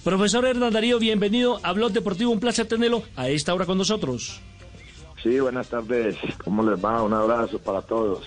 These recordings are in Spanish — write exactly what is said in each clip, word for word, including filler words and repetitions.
Profesor Hernán Darío, bienvenido a Blog Deportivo, un placer tenerlo a esta hora con nosotros. Sí, buenas tardes, ¿cómo les va? Un abrazo para todos.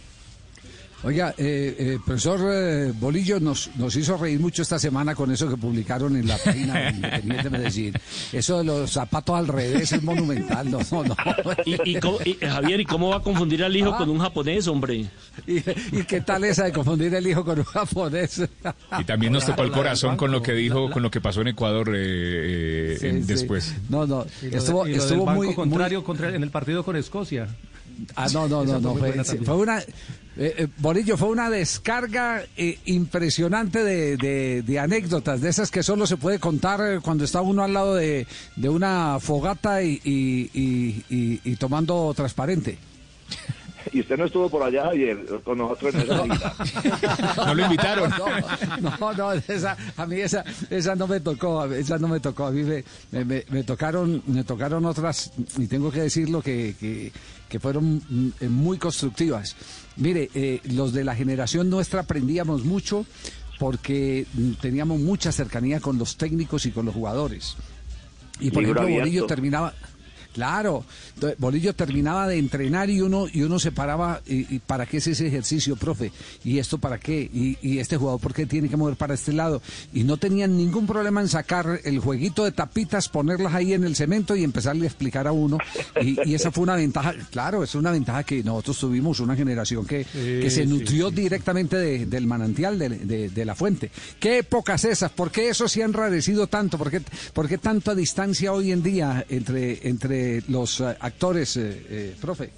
Oiga, eh, eh, profesor eh, Bolillo nos, nos hizo reír mucho esta semana con eso que publicaron en la página de Independiente Medellín. Eso de los zapatos al revés es monumental, no, no, no. Y, y, cómo, y Javier, ¿y cómo va a confundir al hijo ah. con un japonés, hombre? ¿Y, ¿Y qué tal esa de confundir el hijo con un japonés? Y también nos tocó el corazón con lo que dijo, con lo que pasó en Ecuador eh, sí, en, sí. después. No, no, y lo estuvo, de, y lo estuvo del muy banco contrario muy... contra, en el partido con Escocia. Ah, no, no, no, no, fue, fue, fue una... Eh, eh, Bolillo, fue una descarga eh, impresionante de, de, de anécdotas, de esas que solo se puede contar cuando está uno al lado de, de una fogata y, y, y, y, y tomando transparente. ¿Y usted no estuvo por allá ayer con nosotros en esa vida? No lo invitaron. No, no, no, esa, a mí esa, esa no me tocó, esa no me tocó. A mí me, me, me tocaron, me tocaron otras, y tengo que decirlo que, que, que fueron muy constructivas. Mire, eh, los de la generación nuestra aprendíamos mucho porque teníamos mucha cercanía con los técnicos y con los jugadores. Y por ejemplo, Bolillo terminaba... Claro, Bolillo terminaba de entrenar y uno y uno se paraba, y, y ¿para qué es ese ejercicio, profe? ¿Y esto para qué? ¿Y, y este jugador por qué tiene que mover para este lado? Y no tenían ningún problema en sacar el jueguito de tapitas, ponerlas ahí en el cemento y empezarle a explicar a uno. Y, y esa fue una ventaja, claro, es una ventaja que nosotros tuvimos, una generación que, sí, que se nutrió sí, sí. directamente de, del manantial, de, de, de la fuente. ¿Qué épocas esas? ¿Por qué eso se ha enrarecido tanto? ¿Por qué, por qué tanta distancia hoy en día entre... entre los uh, actores, eh, eh, profe?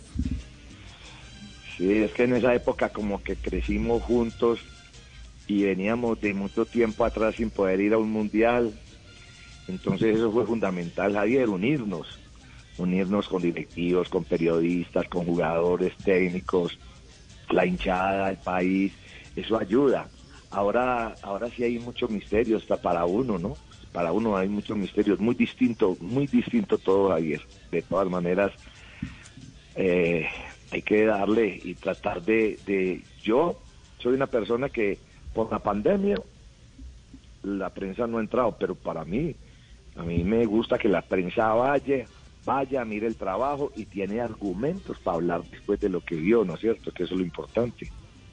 Sí, es que en esa época como que crecimos juntos y veníamos de mucho tiempo atrás sin poder ir a un mundial, entonces eso fue fundamental, Javier, unirnos, unirnos con directivos, con periodistas, con jugadores técnicos, la hinchada, el país, eso ayuda. Ahora, ahora sí hay mucho misterio hasta para uno, ¿no? Para uno hay muchos misterios, muy distinto, muy distinto todo, Javier. De todas maneras, eh, hay que darle y tratar de, de... Yo soy una persona que por la pandemia la prensa no ha entrado, pero para mí, a mí me gusta que la prensa vaya, vaya, mire el trabajo y tiene argumentos para hablar después de lo que vio, ¿no es cierto? Que eso es lo importante.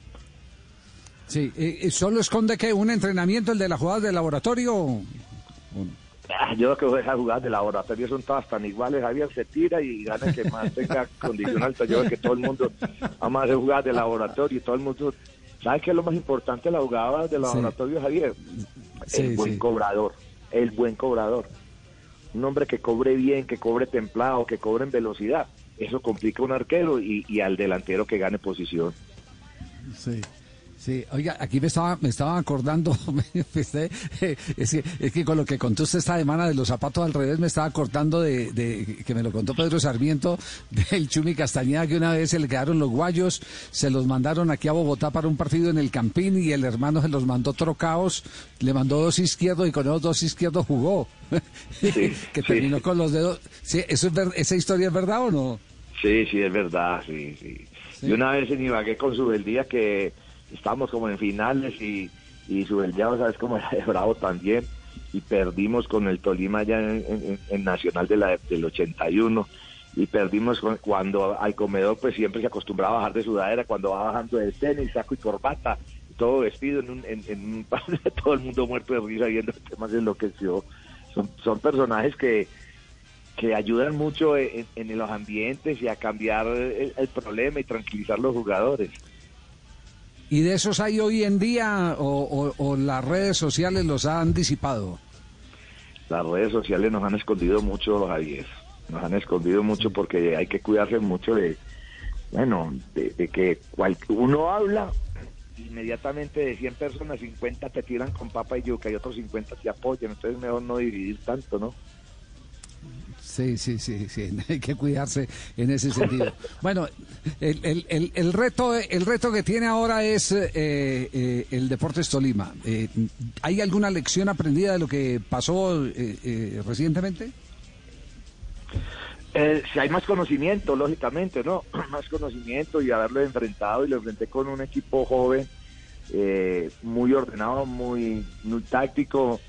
Sí, eh, ¿solo esconde que un entrenamiento, el de las jugadas de laboratorio? Ah, yo creo que esas jugadas de laboratorio son todas tan iguales, Javier, se tira y gana el que más tenga condición alta. Yo creo que todo el mundo ama hacer jugadas de laboratorio y todo el mundo... ¿Sabes qué es lo más importante de las jugadas de laboratorio, sí. Javier? Sí, el buen sí. cobrador, el buen cobrador. Un hombre que cobre bien, que cobre templado, que cobre en velocidad. Eso complica a un arquero y, y al delantero que gane posición. Sí. Sí, oiga, aquí me estaba me estaba acordando, usted, es, que, es que con lo que contó usted esta semana de los zapatos al revés, me estaba acordando de, de que me lo contó Pedro Sarmiento, del Chumi Castañeda, que una vez se le quedaron los guayos, se los mandaron aquí a Bogotá para un partido en el Campín y el hermano se los mandó trocados, le mandó dos izquierdos y con esos dos izquierdos jugó, sí, que terminó sí. con los dedos. Sí, ¿eso es ver, ¿esa historia es verdad o no? Sí, sí, es verdad, sí, sí. sí. Y una vez en Ibagué con Subeldía que... Estábamos como en finales y, y Subeldía, ¿sabes cómo era de bravo también? Y perdimos con el Tolima allá en, en, en Nacional de la, del ochenta y uno. Y perdimos con, cuando al comedor pues siempre se acostumbraba a bajar de sudadera, cuando va bajando de tenis, saco y corbata, todo vestido en un, en, en un todo el mundo muerto de risa viendo el tema, se enloqueció. Son, son personajes que que ayudan mucho en, en los ambientes y a cambiar el, el problema y tranquilizar a los jugadores. ¿Y de esos hay hoy en día o, o, o las redes sociales los han disipado? Las redes sociales nos han escondido mucho, Javier. Nos han escondido mucho porque hay que cuidarse mucho de, bueno, de, de que cual, uno habla, inmediatamente de cien personas, cincuenta te tiran con papa y yuca y otros cincuenta te apoyan. Entonces es mejor no dividir tanto, ¿no? Sí, sí, sí, sí, hay que cuidarse en ese sentido. Bueno, el, el, el, el reto el reto que tiene ahora es eh, eh, el Deportes Tolima. Eh, ¿Hay alguna lección aprendida de lo que pasó eh, eh, recientemente? Eh, si hay más conocimiento, lógicamente, ¿no? Más conocimiento y haberlo enfrentado, y lo enfrenté con un equipo joven, eh, muy ordenado, muy, muy táctico,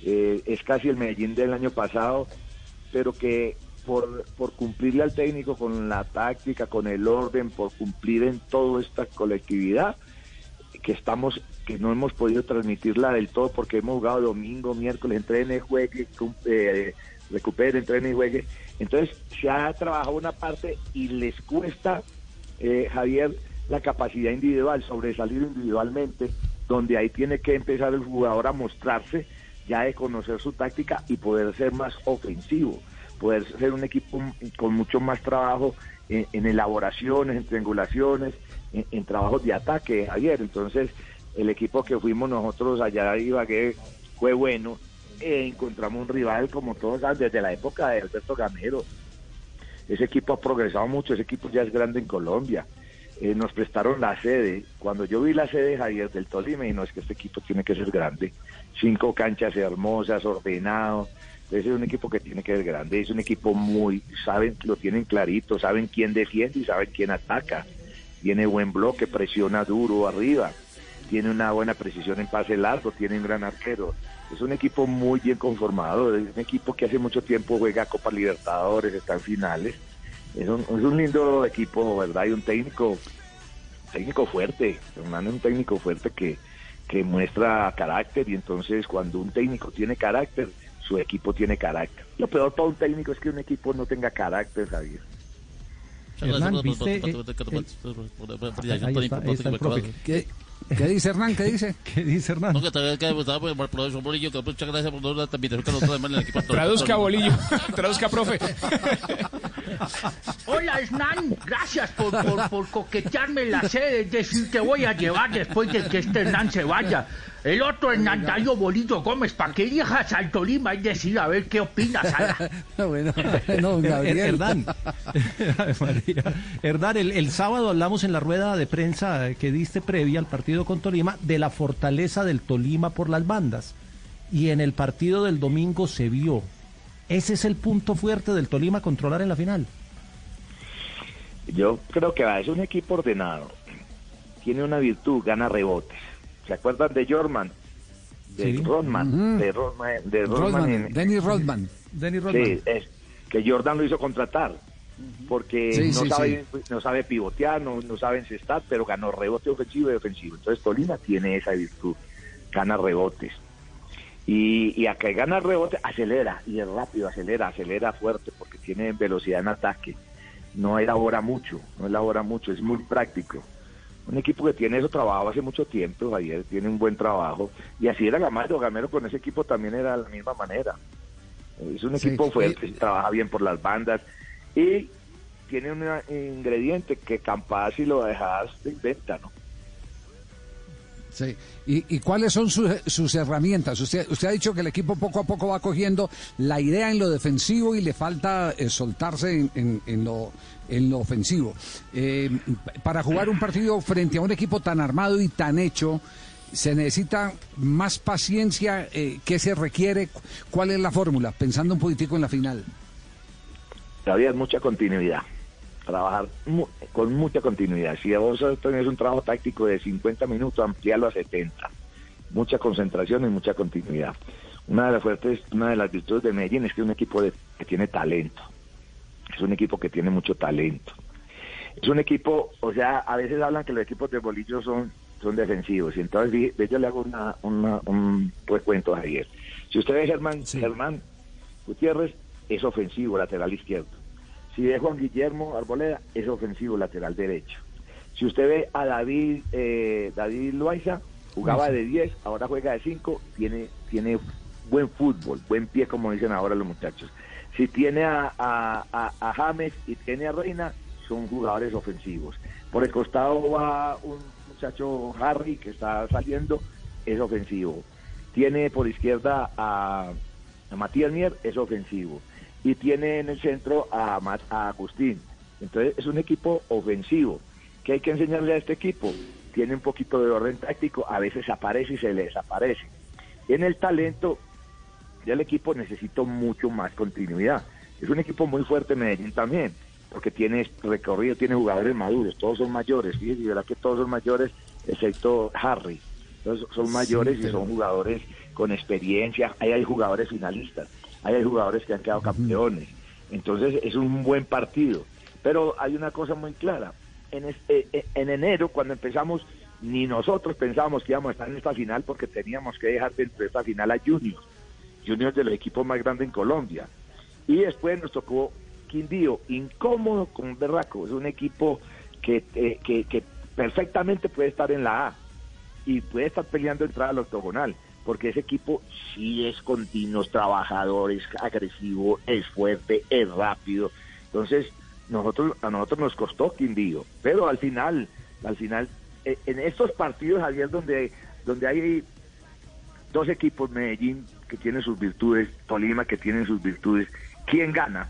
eh, es casi el Medellín del año pasado, pero que por, por cumplirle al técnico con la táctica, con el orden, por cumplir en toda esta colectividad, que estamos, que no hemos podido transmitirla del todo porque hemos jugado domingo, miércoles, entrene, juegue, eh, recupere, entrene y juegue. Entonces se ha trabajado una parte y les cuesta, eh, Javier, la capacidad individual, sobresalir individualmente, donde ahí tiene que empezar el jugador a mostrarse, ya de conocer su táctica y poder ser más ofensivo, poder ser un equipo con mucho más trabajo en, en elaboraciones, en triangulaciones, en, en trabajos de ataque, Javier. Entonces el equipo que fuimos nosotros allá de Ibagué fue bueno, e encontramos un rival, como todos saben, desde la época de Alberto Gamero. Ese equipo ha progresado mucho, ese equipo ya es grande en Colombia. Eh, nos prestaron la sede. Cuando yo vi la sede, Javier, del Tolima, y no, es que este equipo tiene que ser grande. Cinco canchas hermosas, ordenado. Ese es un equipo que tiene que ser grande. Es un equipo muy, saben, lo tienen clarito, saben quién defiende y saben quién ataca. Tiene buen bloque, presiona duro arriba. Tiene una buena precisión en pase largo, tiene un gran arquero. Es un equipo muy bien conformado, es un equipo que hace mucho tiempo juega Copa Libertadores, está en finales. Es un, es un lindo equipo, ¿verdad? Y un técnico, técnico fuerte, Hernán es un técnico fuerte que, que muestra carácter, y entonces cuando un técnico tiene carácter, su equipo tiene carácter. Lo peor para un técnico es que un equipo no tenga carácter, Javier. Hernán, ¿viste? Eh, eh, ahí está, ahí está el profe. ¿Qué, ¿Qué dice Hernán? ¿Qué dice? ¿Qué dice Hernán? No, que también que estaba por el profesor Bolillo, que muchas gracias por la invitación que nosotros en el equipo. Traduzca, Bolillo. Traduzca, profe. Hola, Hernán. Gracias por, por, por coquetearme la sede. Es decir, te voy a llevar después de que este Hernán se vaya. El otro Hernán Darío Bolillo Gómez, ¿para qué viajas al Tolima? Es decir, a ver qué opinas, Ala. Bueno, no, Gabriel. Hernán, Hernán el, el sábado hablamos en la rueda de prensa que diste previa al partido con Tolima de la fortaleza del Tolima por las bandas. Y en el partido del domingo se vio. ¿Ese es el punto fuerte del Tolima, controlar en la final? Yo creo que es un equipo ordenado. Tiene una virtud, gana rebotes. ¿Se acuerdan de Jorman? De sí. Rodman, uh-huh. de Rodman, de Rodman, Rodman en, Dennis Rodman. Dennis Rodman. Sí, es que Jordan lo hizo contratar porque sí, no sí, sabe sí. no sabe pivotear, no, no sabe encestar, pero ganó rebote ofensivo y defensivo. Entonces Tolima tiene esa virtud, gana rebotes. Y, y acá gana rebote, acelera, y es rápido, acelera, acelera fuerte, porque tiene velocidad en ataque. No elabora mucho, no elabora mucho, es muy práctico. Un equipo que tiene eso trabajo hace mucho tiempo, Javier, tiene un buen trabajo, y así era Gamero, Gamero con ese equipo también era de la misma manera. Es un equipo sí, fuerte, sí. Trabaja bien por las bandas, y tiene un ingrediente que Campas, si lo dejas, te inventa, ¿no? Sí. ¿Y, y cuáles son sus, sus herramientas? Usted, usted ha dicho que el equipo poco a poco va cogiendo la idea en lo defensivo y le falta eh, soltarse en, en, en, lo, en lo ofensivo. Eh, para jugar un partido frente a un equipo tan armado y tan hecho, ¿se necesita más paciencia? Eh, ¿Qué se requiere? ¿Cuál es la fórmula? Pensando un poquitico en la final. Todavía mucha continuidad. Trabajar mu- con mucha continuidad. Si vos tenés un trabajo táctico de cincuenta minutos, ampliarlo a setenta. Mucha concentración y mucha continuidad. Una de las fuertes, una de las virtudes de Medellín es que es un equipo de, que tiene talento. Es un equipo que tiene mucho talento. Es un equipo, o sea, a veces hablan que los equipos de Bolillo son, son defensivos. Y entonces yo le hago una, una, un recuento a Javier. Si usted ve Germán, sí. Germán Gutiérrez, es ofensivo, lateral izquierdo. Si ve Juan Guillermo Arboleda, es ofensivo, lateral derecho. Si usted ve a David eh, David Loaiza, jugaba de diez, ahora juega de cinco, tiene tiene buen fútbol, buen pie, como dicen ahora los muchachos. Si tiene a, a, a, a James y tiene a Reina, son jugadores ofensivos. Por el costado va un muchacho Harry, que está saliendo, es ofensivo. Tiene por izquierda a, a Matías Mier, es ofensivo. Y tiene en el centro a, a Agustín. Entonces es un equipo ofensivo. ¿Qué hay que enseñarle a este equipo? Tiene un poquito de orden táctico, a veces aparece y se le desaparece. En el talento del equipo necesito mucho más continuidad. Es un equipo muy fuerte Medellín también, porque tiene recorrido, tiene jugadores maduros, todos son mayores, fíjense, verdad que todos son mayores, excepto Harry. Entonces son mayores sí, pero... y son jugadores con experiencia, ahí hay jugadores finalistas, ahí hay jugadores que han quedado campeones, entonces es un buen partido, pero hay una cosa muy clara, en, este, en enero cuando empezamos, ni nosotros pensábamos que íbamos a estar en esta final porque teníamos que dejar dentro de esta final a Junior, Junior de los equipos más grandes en Colombia, y después nos tocó Quindío, incómodo con Berraco, es un equipo que, eh, que, que perfectamente puede estar en la A y puede estar peleando entrada al octogonal, porque ese equipo sí es continuo, trabajador, es agresivo, es fuerte, es rápido. Entonces, nosotros a nosotros nos costó Quindío, pero al final, al final, eh, en estos partidos, Javier, donde, donde hay dos equipos, Medellín que tienen sus virtudes, Tolima que tienen sus virtudes, ¿quién gana?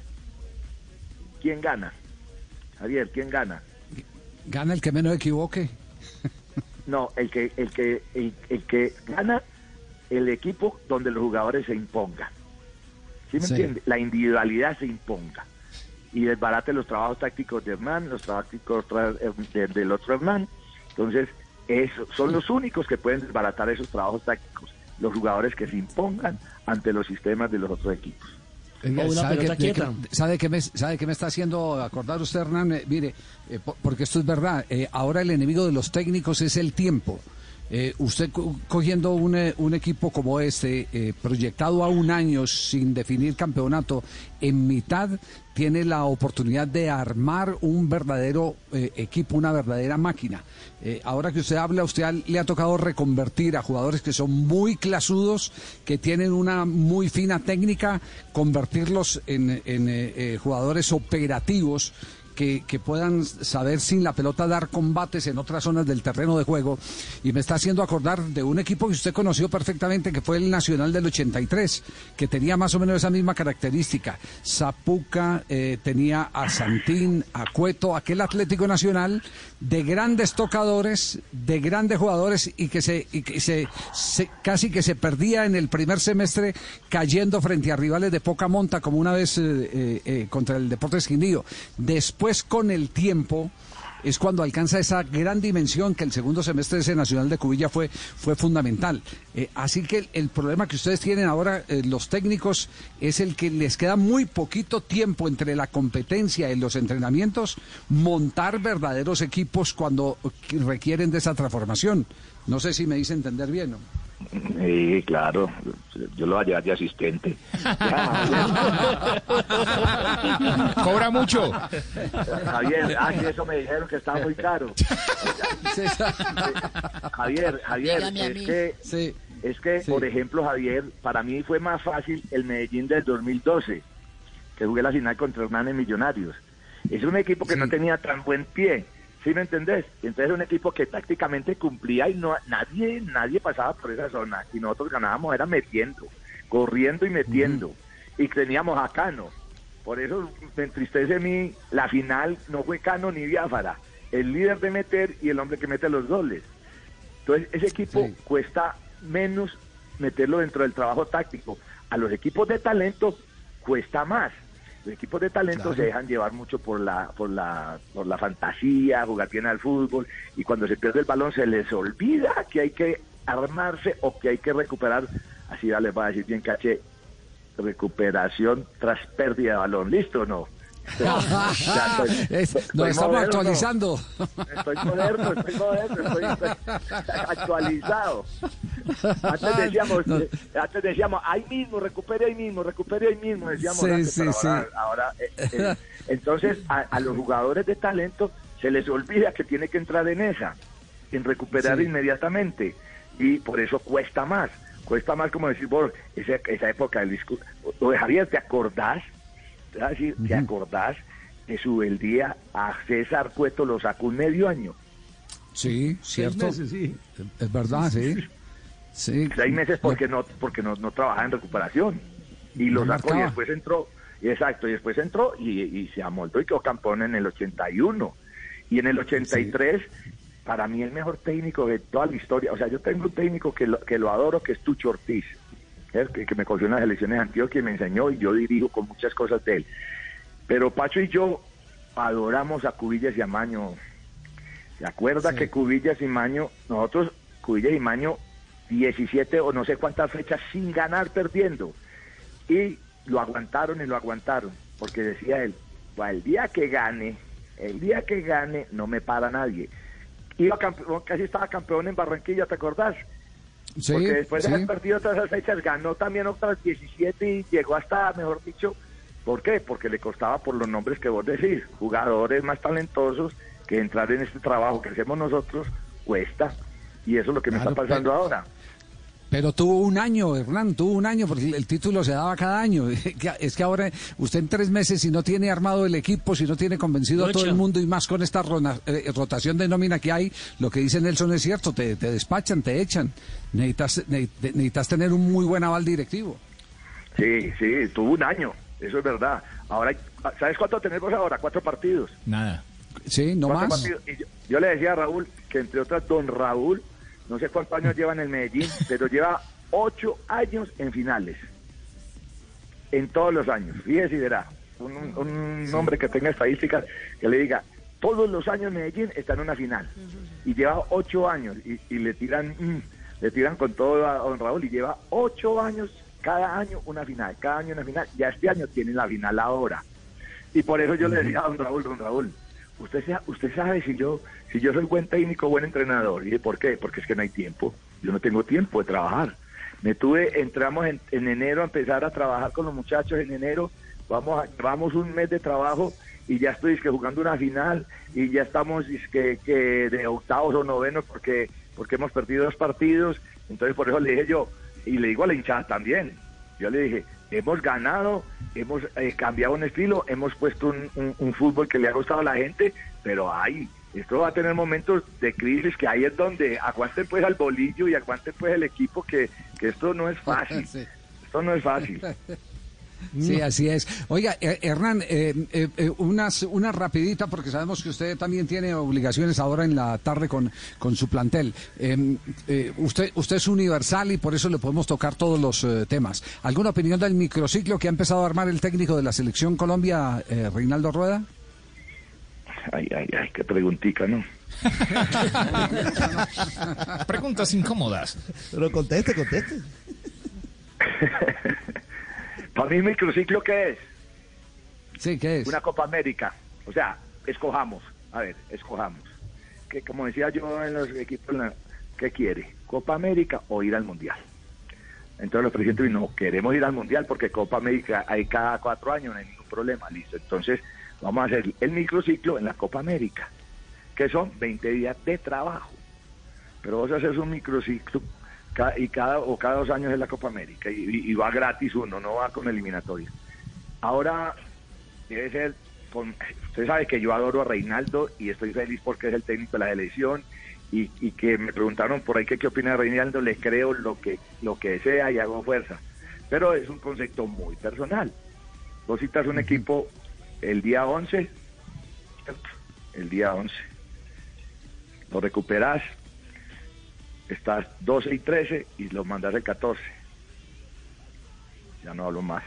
¿Quién gana? Javier, ¿quién gana? Gana el que menos equivoque. No, el que el que el, el que gana el equipo donde los jugadores se impongan. ¿Sí me Sí. entiende? La individualidad se imponga y desbarate los trabajos tácticos de Hernán, los trabajos tácticos de- del otro Hernán. Entonces, eso, son los únicos que pueden desbaratar esos trabajos tácticos, los jugadores que se impongan ante los sistemas de los otros equipos. Oiga, O una ¿sabe, pelota qué, de quieta. qué- sabe qué me, ¿Sabe qué me está haciendo acordar usted, Hernán? Eh, mire, eh, po- porque esto es verdad. Eh, ahora el enemigo de los técnicos es el tiempo. Eh, usted co- cogiendo un, eh, un equipo como este, eh, proyectado a un año sin definir campeonato, en mitad tiene la oportunidad de armar un verdadero eh, equipo, una verdadera máquina. Eh, ahora que usted habla, usted ha- le ha tocado reconvertir a jugadores que son muy clasudos, que tienen una muy fina técnica, convertirlos en, en, eh, eh, jugadores operativos, que, que puedan saber sin la pelota dar combates en otras zonas del terreno de juego. Y me está haciendo acordar de un equipo que usted conoció perfectamente, que fue el Nacional del ochenta y tres, que tenía más o menos esa misma característica. Zapuca, eh, tenía a Santín, a Cueto, aquel Atlético Nacional de grandes tocadores, de grandes jugadores, y que se, y que se, se casi que se perdía en el primer semestre cayendo frente a rivales de poca monta, como una vez eh, eh, eh, contra el Deportes Quindío. Después, con el tiempo, es cuando alcanza esa gran dimensión que el segundo semestre de ese Nacional de Cubilla fue, fue fundamental. Eh, así que el, el problema que ustedes tienen ahora, eh, los técnicos, es el que les queda muy poquito tiempo entre la competencia y los entrenamientos, montar verdaderos equipos cuando requieren de esa transformación. No sé si me hice entender bien, ¿no? Sí, claro, yo lo voy a llevar de asistente. Ya, Cobra mucho. Javier, ah, sí, eso me dijeron que estaba muy caro. Javier, Javier, Dígame a es mí. que, Sí. es que Sí. por ejemplo, Javier, para mí fue más fácil el Medellín del dos mil doce, que jugué la final contra Hernández Millonarios. Es un equipo que Sí. no tenía tan buen pie, ¿sí me entendés? Entonces era un equipo que tácticamente cumplía y no nadie nadie pasaba por esa zona, y nosotros ganábamos era metiendo, corriendo y metiendo, y teníamos a Cano. Por eso me entristece a mí, la final no fue Cano ni Biafara, el líder de meter y el hombre que mete los goles. Entonces ese equipo Sí. cuesta menos meterlo dentro del trabajo táctico. A los equipos de talento cuesta más. Los equipos de talento Claro. se dejan llevar mucho por la, por la, por la fantasía, jugar bien al fútbol, y cuando se pierde el balón se les olvida que hay que armarse o que hay que recuperar. Así ya les va a decir bien caché, recuperación tras pérdida de balón. ¿Listo o no? Ya estoy- Es- estoy nos estamos moderno. actualizando. Estoy moderno, estoy moderno, estoy, estoy actualizado. Antes decíamos, No. eh, antes decíamos, ahí mismo, recupere ahí mismo, recupere ahí mismo, decíamos Sí, antes, sí, pero sí. ahora, ahora, eh, eh, entonces a, a los jugadores de talento se les olvida que tiene que entrar en esa, en recuperar Sí. inmediatamente, y por eso cuesta más, cuesta más, como decir, vos, esa, esa época del discurso. Oye, Javier, ¿te acordás? ¿Te vas a decir, ¿te acordás de su el día a César Cueto lo sacó un medio año? Sí, Seis cierto. meses, sí. Es verdad, sí. Sí. Seis meses porque no porque no, no trabajaba en recuperación. Y lo No sacó y marcaba. después entró, exacto, y después entró y, y se amoldó y quedó campeón en el ochenta y uno. Y en el ochenta y tres, para mí el mejor técnico de toda la historia, o sea, yo tengo un técnico que lo, que lo adoro, que es Tucho Ortiz, ¿eh? que, que me cogió en las elecciones de Antioquia y me enseñó, y yo dirijo con muchas cosas de él. Pero Pacho y yo adoramos a Cubillas y a Maño. ¿Se acuerda Sí. que Cubillas y Maño, nosotros, Cubillas y Maño, diecisiete o no sé cuántas fechas sin ganar, perdiendo. Y lo aguantaron y lo aguantaron, porque decía él, pues el día que gane, el día que gane, no me para nadie. Iba campeón, casi estaba campeón en Barranquilla, ¿te acordás? Sí, porque después de sí. haber perdido todas esas fechas, ganó también otras diecisiete y llegó hasta, mejor dicho, ¿por qué? Porque le costaba por los nombres que vos decís, jugadores más talentosos que entrar en este trabajo que hacemos nosotros cuesta, y eso es lo que me Claro, está pasando pero- ahora. Pero tuvo un año, Hernán, tuvo un año, porque el título se daba cada año. Es que ahora usted en tres meses, si no tiene armado el equipo, si no tiene convencido a todo Lucha. el mundo, y más con esta rona- eh, rotación de nómina que hay, lo que dice Nelson es cierto, te, te despachan, te echan. Necesitas, ne- necesitas tener un muy buen aval directivo. Sí, sí, tuvo un año, eso es verdad. Ahora, ¿sabes cuánto tenemos ahora? Cuatro partidos. Nada. Sí, no Cuatro más. partidos. Y yo, yo le decía a Raúl que, entre otras, don Raúl, no sé cuántos años lleva en el Medellín, pero lleva ocho años en finales. En todos los años. Fíjese y verá. Un, un, un hombre que tenga estadísticas, que le diga, todos los años Medellín está en una final. Y lleva ocho años. Y, y le tiran mm, le tiran con todo a don Raúl. Y lleva ocho años, cada año una final. Cada año una final. Ya este año tiene la final ahora. Y por eso yo le decía a don Raúl, don Raúl, usted sea, usted sabe si yo si yo soy buen técnico, buen entrenador. Y dije, ¿por qué? Porque es que no hay tiempo. Yo no tengo tiempo de trabajar. Me tuve, entramos en, en enero a empezar a trabajar con los muchachos en enero. Vamos a, vamos un mes de trabajo y ya estoy es que jugando una final y ya estamos es que, que de octavos o novenos porque porque hemos perdido dos partidos. Entonces por eso le dije yo, y le digo a la hinchada también, yo le dije, hemos ganado, hemos eh, cambiado un estilo, hemos puesto un, un, un fútbol que le ha gustado a la gente, pero hay, esto va a tener momentos de crisis, que ahí es donde aguanten pues al bolillo y aguanten pues el equipo, que, que esto no es fácil, Sí. esto no es fácil. Sí, así es. Oiga, eh, Hernán, eh, eh, eh, unas, una rapidita, porque sabemos que usted también tiene obligaciones ahora en la tarde con, con su plantel. Eh, eh, usted, usted es universal y por eso le podemos tocar todos los eh, temas. ¿Alguna opinión del microciclo que ha empezado a armar el técnico de la Selección Colombia, eh, Reinaldo Rueda? Ay, ay, ay, qué preguntica, ¿no? Preguntas incómodas. Pero conteste, conteste. Para mí, microciclo, ¿qué es? Sí, ¿qué es? Una Copa América. O sea, escojamos. A ver, escojamos. Que como decía yo en los equipos, la- ¿qué quiere? ¿Copa América o ir al Mundial? Entonces los presidentes dijeron, no, queremos ir al Mundial porque Copa América hay cada cuatro años, no hay ningún problema. Listo. Entonces vamos a hacer el microciclo en la Copa América, que son veinte días de trabajo. Pero vos haces un microciclo ca- y cada o cada dos años es la Copa América y, y- y va gratis uno, no va con eliminatoria. Ahora debe ser con, usted sabe que yo adoro a Reinaldo y estoy feliz porque es el técnico de la selección y, y que me preguntaron por ahí que qué opina de Reinaldo, le creo lo que lo que sea y hago fuerza, pero es un concepto muy personal. Vos citas un equipo el día once, ¿cierto? El día once lo recuperás, estás doce y trece y lo mandas el catorce. Ya no hablo más.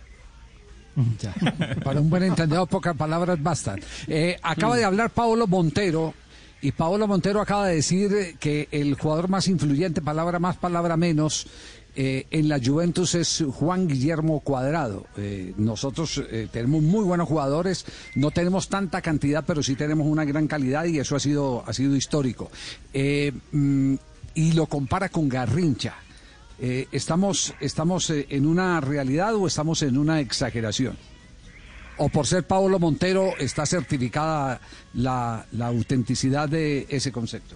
Ya. Para un buen entendido, pocas palabras bastan. Eh, acaba de hablar Paolo Montero, y Paolo Montero acaba de decir eh, que el jugador más influyente, palabra más, palabra menos, eh, en la Juventus es Juan Guillermo Cuadrado. Eh, nosotros eh, tenemos muy buenos jugadores, no tenemos tanta cantidad, pero sí tenemos una gran calidad y eso ha sido, ha sido histórico. Eh, mm, y lo compara con Garrincha. Eh, ¿Estamos, estamos eh, en una realidad o estamos en una exageración? ¿O por ser Paolo Montero está certificada la, la autenticidad de ese concepto?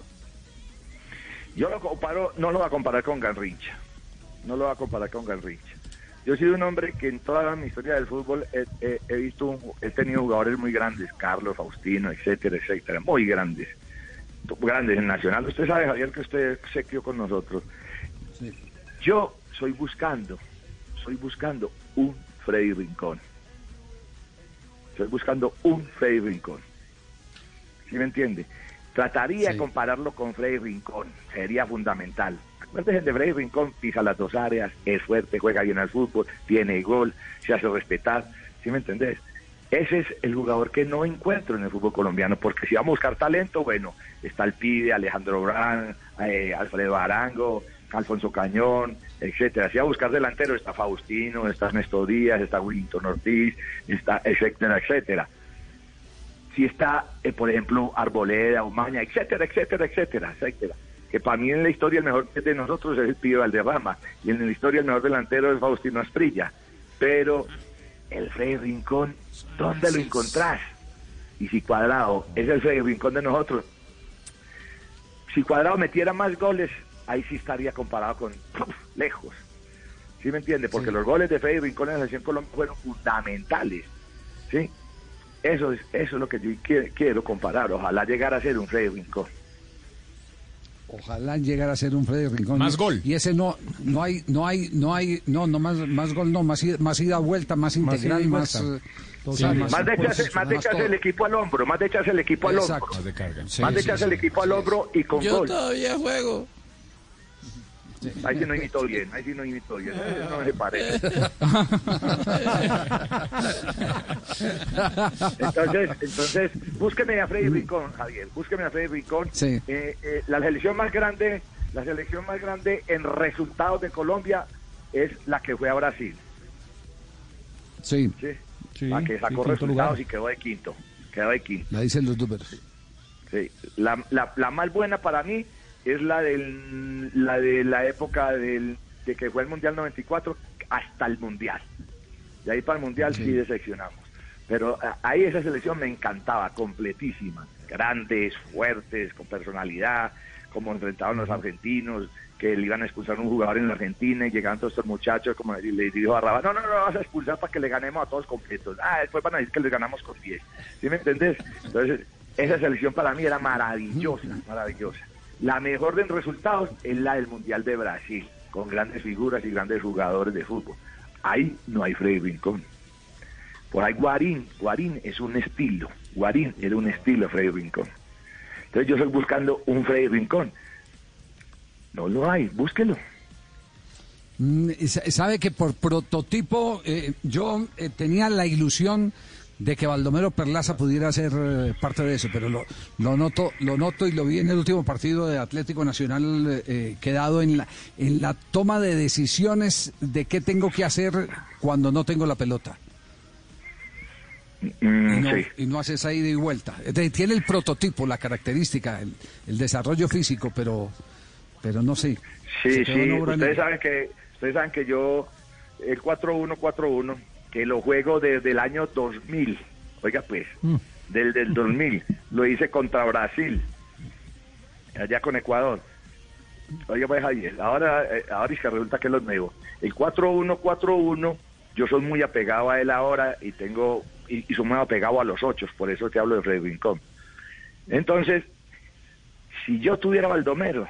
Yo lo comparo, no lo voy a comparar con Garrincha, no lo voy a comparar con Garrincha. Yo he sido un hombre que en toda mi historia del fútbol he, he- he visto, un- he tenido jugadores muy grandes, Carlos, Faustino, etcétera, etcétera, muy grandes, grandes en Nacional. Usted sabe, Javier, que usted se crió con nosotros. Sí. Yo soy buscando, soy buscando un Freddy Rincón. Estoy buscando un Freddy Rincón. ¿Sí me entiende? Trataría Sí. de compararlo con Freddy Rincón. Sería fundamental. Acuérdense de Freddy Rincón, pisa las dos áreas, es fuerte, juega bien al fútbol, tiene gol, se hace respetar. ¿Sí me entendés? Ese es el jugador que no encuentro en el fútbol colombiano, porque si vamos a buscar talento, bueno, está el Pide, Alejandro Brán, eh, Alfredo Arango, Alfonso Cañón, etcétera. Si a buscar delantero está Faustino, está Ernesto Díaz, está Willington Ortiz, está etcétera, etcétera. Si está, eh, por ejemplo, Arboleda, Umaña, etcétera, etcétera, etcétera, etcétera. Que para mí en la historia el mejor de nosotros es el Pío Valderrama, y en la historia el mejor delantero es Faustino Asprilla. Pero el Freddy Rincón, ¿dónde lo encontrás? Y si Cuadrado es el Freddy Rincón de nosotros, si Cuadrado metiera más goles, ahí sí estaría comparado con uf, lejos. ¿Sí me entiende? Porque sí. Los goles de Freddy Rincón en la selección Colombia fueron fundamentales. ¿Sí? Eso es, eso es lo que yo quiero, quiero comparar. Ojalá llegara a ser un Freddy Rincón. Ojalá llegara a ser un Freddy Rincón. Más gol. Y ese no, no hay, no hay, no hay, no, no más, más gol, no, más, más ida vuelta, más integral, más, más, sí, más, más de echarse, más de echarse el equipo al hombro, más de echarse el equipo al hombro. Más de carga. Sí, más de echarse sí, el equipo sí, al hombro y con yo gol. Yo todavía juego. Sí. Ahí sí no imitó bien, ahí sí no imitó bien, no se parece. entonces, entonces, búsqueme a Freddy Rincón, Javier, búsqueme a Freddy Rincón. Sí. Eh, eh, la selección más grande, la selección más grande en resultados de Colombia es la que fue a Brasil. Sí. Sí. Sí, la que sacó sí, resultados lugar. Y quedó de quinto, quedó de quinto. La dicen los números. Sí. Sí. La, la, la más buena para mí es la del la de la época del de que fue el Mundial noventa y cuatro hasta el Mundial. De ahí para el Mundial sí, sí decepcionamos. Pero ahí esa selección me encantaba, completísima. Grandes, fuertes, con personalidad, como enfrentaban los argentinos, que le iban a expulsar a un jugador en la Argentina y llegaban todos estos muchachos, como le dijo a Raba, no, no, no, vas a expulsar para que le ganemos a todos completos. Ah, después van a decir que les ganamos con diez. ¿Sí me entendés? Entonces, esa selección para mí era maravillosa, maravillosa. La mejor de resultados es la del Mundial de Brasil, con grandes figuras y grandes jugadores de fútbol. Ahí no hay Freddy Rincón. Por ahí Guarín, Guarín es un estilo, Guarín era un estilo Freddy Rincón. Entonces yo estoy buscando un Freddy Rincón. No lo hay, búsquelo. Sabe que por prototipo eh, yo eh, tenía la ilusión de que Baldomero Perlaza pudiera ser eh, parte de eso, pero lo, lo noto lo noto y lo vi en el último partido de Atlético Nacional eh, quedado en la en la toma de decisiones de qué tengo que hacer cuando no tengo la pelota. Mm, y, no, sí. y no hace esa ida y vuelta. Tiene el prototipo, la característica, el, el desarrollo físico, pero pero no sé. Sí, sí, ustedes saben que ustedes saben que yo el cuatro uno cuatro uno que lo juego desde el año dos mil, oiga pues, mm. del del dos mil, lo hice contra Brasil, allá con Ecuador. Oiga pues Javier, ahora, ahora es que resulta que es lo nuevo. El cuatro uno cuatro uno, yo soy muy apegado a él ahora y tengo, y, y soy muy apegado a los ocho, por eso te hablo de Freddy Rincón. Entonces, si yo tuviera Baldomero,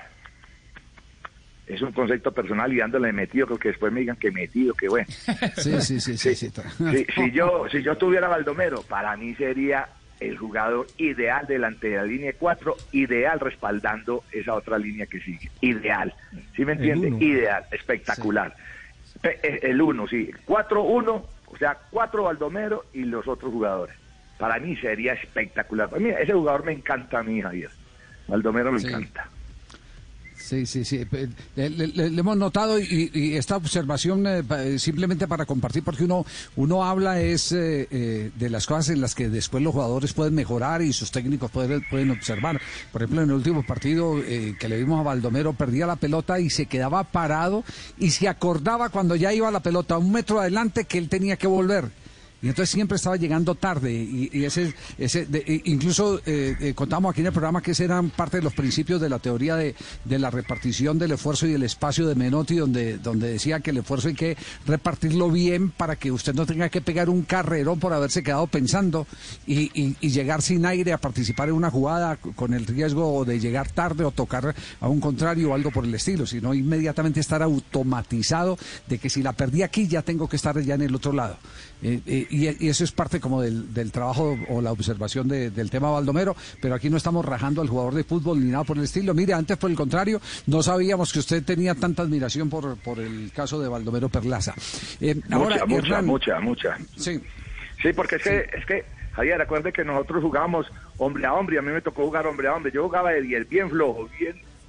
es un concepto personal y dándole metido, creo que después me digan que metido, que bueno. Sí, sí, sí, sí. sí, sí. Si, si yo si yo tuviera Baldomero, para mí sería el jugador ideal delante de la línea cuatro, ideal respaldando esa otra línea que sigue. Ideal. ¿Sí me entiende? Ideal, espectacular. Sí. El uno, sí. cuatro uno, o sea, cuatro Baldomero y los otros jugadores. Para mí sería espectacular. Para mí, ese jugador me encanta a mí, Javier. Baldomero me sí. encanta. Sí, sí, sí. Le, le, le hemos notado y, y esta observación eh, simplemente para compartir, porque uno uno habla es eh, eh, de las cosas en las que después los jugadores pueden mejorar y sus técnicos pueden, pueden observar. Por ejemplo, en el último partido eh, que le vimos a Baldomero, perdía la pelota y se quedaba parado y se acordaba cuando ya iba la pelota a un metro adelante que él tenía que volver. Y entonces siempre estaba llegando tarde y, y ese, ese de, incluso eh, eh, contamos aquí en el programa que ese eran parte de los principios de la teoría de, de la repartición del esfuerzo y del espacio de Menotti, donde, donde decía que el esfuerzo hay que repartirlo bien para que usted no tenga que pegar un carrerón por haberse quedado pensando y, y, y llegar sin aire a participar en una jugada con el riesgo de llegar tarde o tocar a un contrario o algo por el estilo, sino inmediatamente estar automatizado de que si la perdí aquí ya tengo que estar ya en el otro lado. Eh, eh, y, y eso es parte como del, del trabajo o la observación de, del tema Baldomero, pero aquí no estamos rajando al jugador de fútbol ni nada por el estilo. Mire, antes por el contrario, no sabíamos que usted tenía tanta admiración por, por el caso de Baldomero Perlaza. Eh, mucha, ahora, mucha, Hernán, mucha, mucha. Sí, sí porque es, sí. Que, es que, Javier, acuérdate que nosotros jugábamos hombre a hombre, y a mí me tocó jugar hombre a hombre. Yo jugaba de diez, bien flojo, bien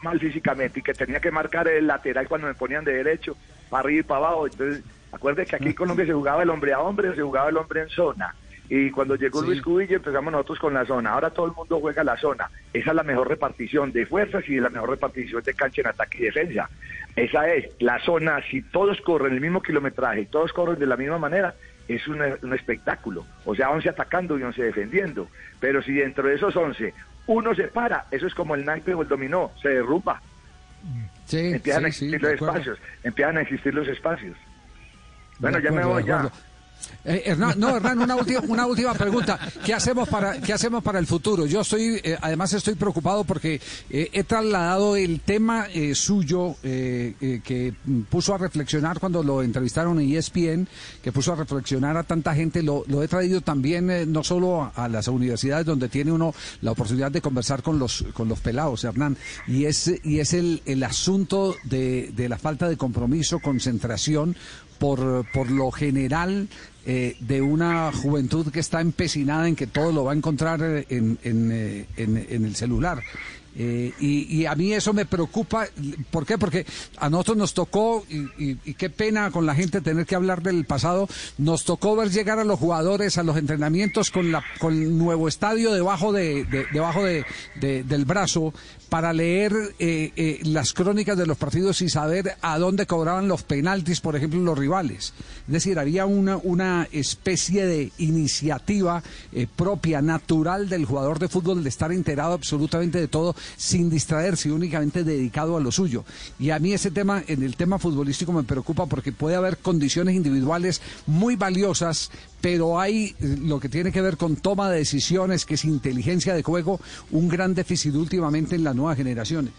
mal físicamente y que tenía que marcar el lateral cuando me ponían de derecho, para arriba y para abajo. Entonces, acuérdate que aquí en Colombia se jugaba el hombre a hombre, se jugaba el hombre en zona. Y cuando llegó sí. Luis Cubillo empezamos nosotros con la zona. Ahora todo el mundo juega la zona. Esa es la mejor repartición de fuerzas y la mejor repartición de cancha en ataque y defensa. Esa es la zona. Si todos corren el mismo kilometraje y todos corren de la misma manera, es un, un espectáculo. O sea, once atacando y once defendiendo. Pero si dentro de esos once uno se para, eso es como el naipe o el dominó, se derrumba. Sí, empiezan sí, a existir sí, los espacios. Empiezan a existir los espacios. Bueno, acuerdo, ya me voy ya. Eh, Hernán, no, Hernán, una última, una última pregunta. ¿Qué hacemos para, qué hacemos para el futuro? Yo estoy, eh, además estoy preocupado porque eh, he trasladado el tema eh, suyo eh, eh, que puso a reflexionar cuando lo entrevistaron en E S P N, que puso a reflexionar a tanta gente. Lo, lo he traído también eh, no solo a, a las universidades donde tiene uno la oportunidad de conversar con los con los pelados, Hernán, y es y es el, el asunto de, de la falta de compromiso, concentración. Por, por lo general, eh, de una juventud que está empecinada en que todo lo va a encontrar en, en, eh, en, en el celular. Eh, y, y a mí eso me preocupa. ¿Por qué? Porque a nosotros nos tocó, y, y, y qué pena con la gente tener que hablar del pasado, nos tocó ver llegar a los jugadores a los entrenamientos con la con el nuevo estadio debajo de, de debajo de, de, del brazo para leer eh, eh, las crónicas de los partidos y saber a dónde cobraban los penaltis, por ejemplo, los rivales. Es decir, había una, una especie de iniciativa eh, propia, natural del jugador de fútbol de estar enterado absolutamente de todo, sin distraerse, únicamente dedicado a lo suyo. Y a mí ese tema, en el tema futbolístico, me preocupa porque puede haber condiciones individuales muy valiosas, pero hay lo que tiene que ver con toma de decisiones, que es inteligencia de juego, un gran déficit últimamente en las nuevas generaciones.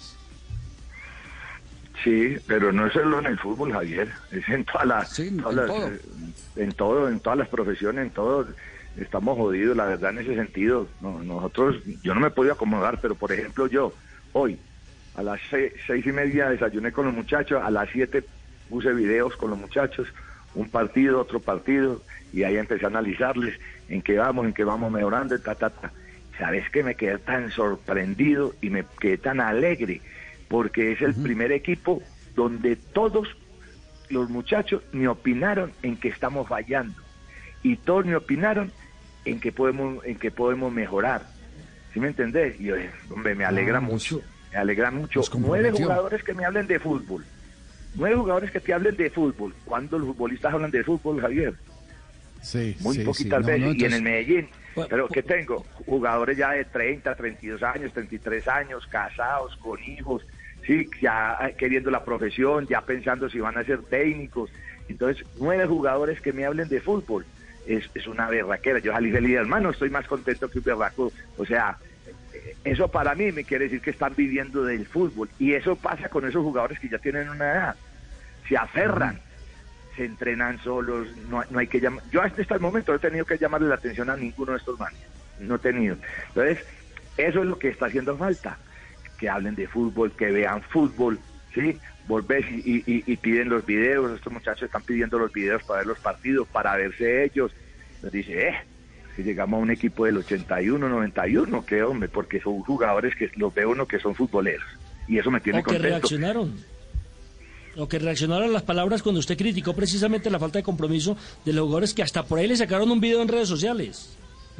Sí, pero no es solo en el fútbol, Javier, es en todas las, sí, en, todas en, las todo. en todo, en todas las profesiones, en todo. Estamos jodidos, la verdad, en ese sentido. No, nosotros, yo no me he podido acomodar, pero por ejemplo yo, hoy, a las seis, seis y media desayuné con los muchachos, a las siete puse videos con los muchachos, un partido, otro partido, y ahí empecé a analizarles en qué vamos, en qué vamos mejorando, ta, ta, ta. ¿Sabes que me quedé tan sorprendido y me quedé tan alegre? Porque es el uh-huh. primer equipo donde todos los muchachos me opinaron en que estamos fallando. Y todos me opinaron en que podemos en que podemos mejorar. ¿Sí me entendés? Y yo, hombre, me alegra ah, mucho, me alegra mucho. Nueve jugadores que me hablen de fútbol. Nueve jugadores que te hablen de fútbol. ¿Cuándo los futbolistas hablan de fútbol, Javier? Sí, Muy sí, poquitas sí. veces. No, no, entonces... Y en el Medellín. Bueno, pero ¿qué tengo? Jugadores ya de treinta, treinta y dos años, treinta y tres años, casados, con hijos, sí, ya queriendo la profesión, ya pensando si van a ser técnicos. Entonces, nueve jugadores que me hablen de fútbol. Es, es una berraquera. Yo salí feliz, hermano, estoy más contento que un berraco. O sea, eso para mí me quiere decir que están viviendo del fútbol. Y eso pasa con esos jugadores que ya tienen una edad. Se aferran, uh-huh. se entrenan solos, no, no hay que llamar. Yo hasta este momento no he tenido que llamarle la atención a ninguno de estos manes. No he tenido. Entonces, eso es lo que está haciendo falta. Que hablen de fútbol, que vean fútbol, ¿sí? Volvés y, y, y piden los videos, estos muchachos están pidiendo los videos para ver los partidos, para verse ellos. Nos dice, eh, si llegamos a un equipo del ochenta y uno, noventa y uno, qué hombre, porque son jugadores que los ve uno que son futboleros. Y eso me tiene o que contento. reaccionaron. O que reaccionaron a las palabras cuando usted criticó precisamente la falta de compromiso de los jugadores que hasta por ahí le sacaron un video en redes sociales.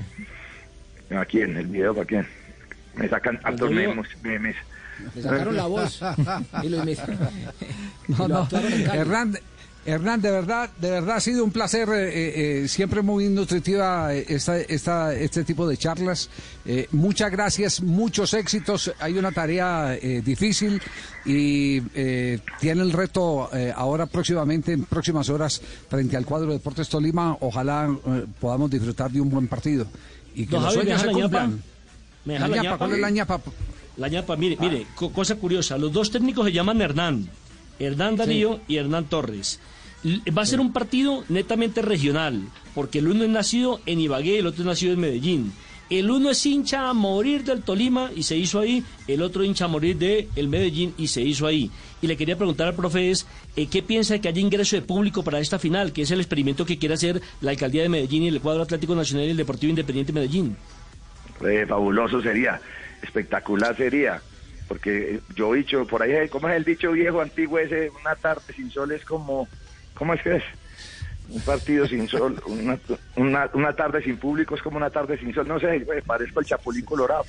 ¿A quién? ¿El video para quién? Me sacan altos memes. memes. Le sacaron la voz y lo, y no, lo no. Hernán, Hernán, de verdad, de verdad ha sido un placer, eh, eh, siempre muy nutritiva esta, esta, este tipo de charlas. Eh, muchas gracias, muchos éxitos. Hay una tarea eh, difícil y eh, tiene el reto eh, ahora próximamente, en próximas horas, frente al cuadro de Deportes Tolima. Ojalá eh, podamos disfrutar de un buen partido y que Don los Javi, sueños se cumplan. ¿Me la, la ñapa, ¿Cuál es la ñapa? La ñapa, mire, mire, co cosa curiosa, los dos técnicos se llaman Hernán, Hernán Darío sí. y Hernán Torres. Va a ser un partido netamente regional, porque el uno es nacido en Ibagué y el otro es nacido en Medellín. El uno es hincha a morir del Tolima y se hizo ahí, el otro hincha a morir de el Medellín y se hizo ahí. Y le quería preguntar al profe es, eh, ¿qué piensa de que haya ingreso de público para esta final, que es el experimento que quiere hacer la Alcaldía de Medellín y el Cuadro Atlético Nacional y el Deportivo Independiente Medellín? Eh, fabuloso sería, espectacular sería. porque yo he dicho, por ahí, ¿cómo es el dicho viejo antiguo ese? Una tarde sin sol es como, ¿cómo es que es? Un partido sin sol, una, una, una tarde sin público es como una tarde sin sol. No sé, me parezco el Chapulín Colorado.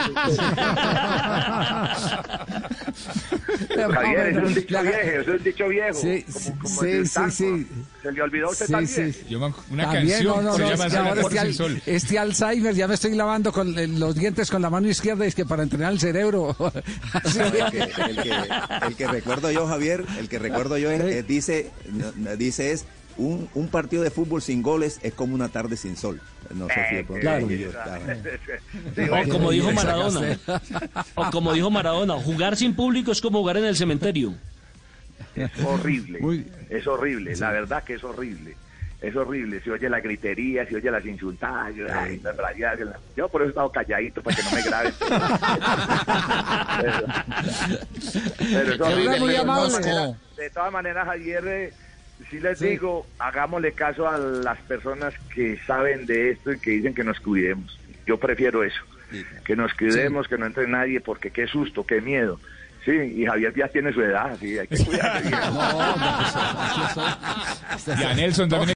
Pero Javier, es un dicho viejo, es un dicho viejo. Sí, como, como sí, sí, sí. ¿Se le olvidó a usted sí, también? Sí. Yo, una también, canción no, no, se no, llama es que ahora este, al, sol. este Alzheimer, ya me estoy lavando con eh, los dientes con la mano izquierda, es que para entrenar el cerebro. Así el, que, el, que, el que recuerdo yo, Javier, el que recuerdo yo es, es, dice, dice es, Un, un partido de fútbol sin goles es como una tarde sin sol. No sé si de pronto claro. yo estaba... O como dijo Maradona, o como dijo Maradona, jugar sin público es como jugar en el cementerio. Es horrible, Muy... es horrible, sí. La verdad que es horrible. Es horrible, se oye la gritería, se oye las insultadas, yo, ay, las braviadas, yo por eso he estado calladito para que no me graben. pero, pero es horrible. Muy pero amable. de, todas maneras, de todas maneras, Javier, eh, sí les sí. digo, hagámosle caso a las personas que saben de esto y que dicen que nos cuidemos. Yo prefiero eso, sí. que nos cuidemos, sí. que no entre nadie, porque qué susto, qué miedo. Sí, y Javier ya tiene su edad, sí, hay que cuidarse bien. Y a Nelson también.